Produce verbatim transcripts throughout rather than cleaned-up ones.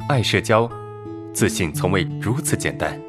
爱社交，自信从未如此简单。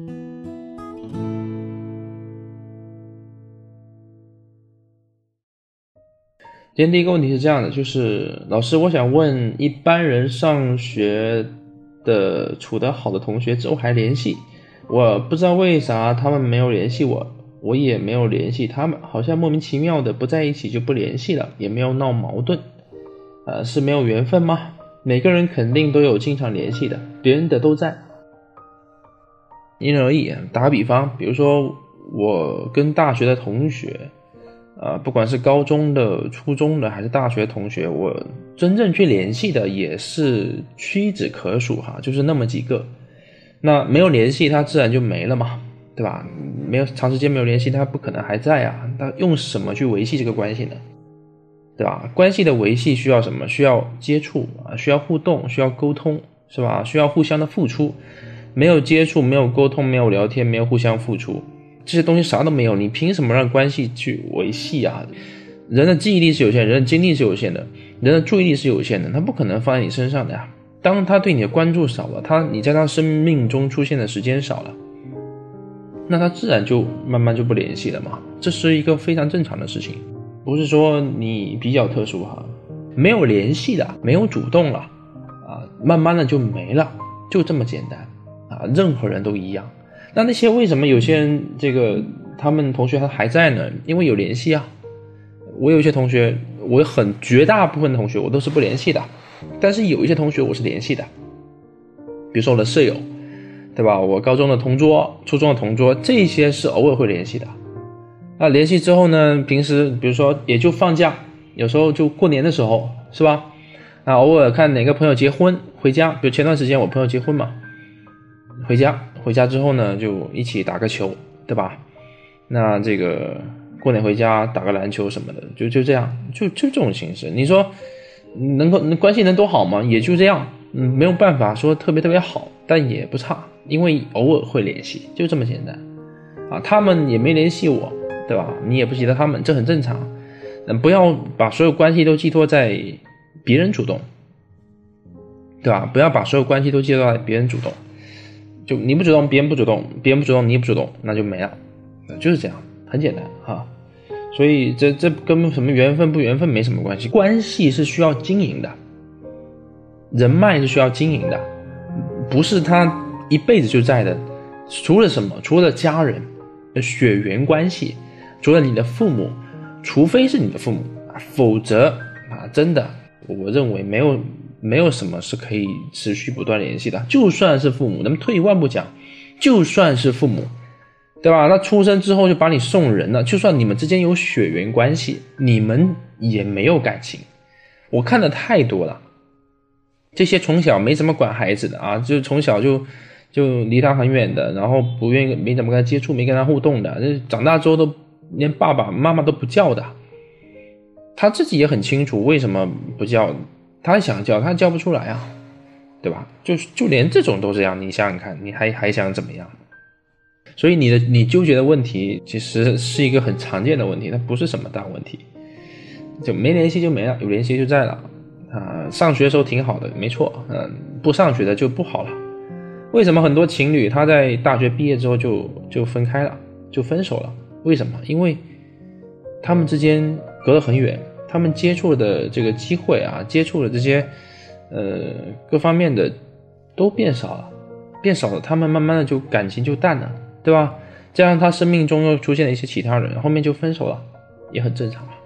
今天第一个问题是这样的，就是老师，我想问，一般人上学的处得好的同学之后还联系，我不知道为啥他们没有联系我，我也没有联系他们，好像莫名其妙的不在一起就不联系了，也没有闹矛盾，呃，是没有缘分吗？每个人肯定都有经常联系的，别人的都在。因人而异，打个比方，比如说我跟大学的同学呃，不管是高中的、初中的还是大学同学，我真正去联系的也是屈指可数哈，就是那么几个。那没有联系，他自然就没了嘛，对吧？没有长时间没有联系，他不可能还在啊。他用什么去维系这个关系呢？对吧？关系的维系需要什么？需要接触啊，需要互动，需要沟通，是吧？需要互相的付出。没有接触，没有沟通，没有聊天，没有互相付出，这些东西啥都没有，你凭什么让关系去维系啊？人的记忆力是有限，人的精力是有限的，人的注意力是有限的，他不可能放在你身上的呀。当他对你的关注少了，他你在他生命中出现的时间少了，那他自然就慢慢就不联系了嘛。这是一个非常正常的事情，不是说你比较特殊哈，没有联系的，没有主动了啊，慢慢的就没了，就这么简单啊，任何人都一样。那那些为什么有些人这个他们同学他还在呢？因为有联系啊。我有一些同学，我很绝大部分的同学我都是不联系的，但是有一些同学我是联系的，比如说我的舍友，对吧？我高中的同桌、初中的同桌，这些是偶尔会联系的。那联系之后呢，平时比如说也就放假，有时候就过年的时候，是吧？那偶尔看哪个朋友结婚回家，比如前段时间我朋友结婚嘛，回家回家之后呢，就一起打个球，对吧？那这个过年回家打个篮球什么的，就就这样，就就这种形式。你说能够关系能多好吗？也就这样，嗯，没有办法说特别特别好，但也不差，因为偶尔会联系，就这么简单啊。他们也没联系我，对吧？你也不记得他们，这很正常。嗯，不要把所有关系都寄托在别人主动，对吧？不要把所有关系都寄托在别人主动。就你不主动，别人不主动，别人不主动，你不主动，那就没了，就是这样，很简单哈。所以这这跟什么缘分不缘分没什么关系，关系是需要经营的，人脉是需要经营的，不是他一辈子就在的。除了什么？除了家人、血缘关系，除了你的父母，除非是你的父母，否则啊，真的，我认为没有。没有什么是可以持续不断联系的，就算是父母，咱们退一万步讲，就算是父母，对吧？那出生之后就把你送人了，就算你们之间有血缘关系，你们也没有感情。我看的太多了，这些从小没怎么管孩子的啊，就从小就就离他很远的，然后不愿意没怎么跟他接触，没跟他互动的，长大之后都连爸爸妈妈都不叫的，他自己也很清楚为什么不叫。他想叫，他叫不出来啊，对吧？就就连这种都这样，你想想看，你还还想怎么样？所以你的你纠结的问题，其实是一个很常见的问题，它不是什么大问题。就没联系就没了，有联系就在了啊。上学的时候挺好的，没错，嗯，不上学的就不好了。为什么很多情侣他在大学毕业之后就就分开了，就分手了？为什么？因为他们之间隔得很远。他们接触的这个机会啊，接触的这些呃各方面的都变少了，变少了，他们慢慢的就感情就淡了，对吧？加上他生命中又出现了一些其他人，后面就分手了，也很正常嘛。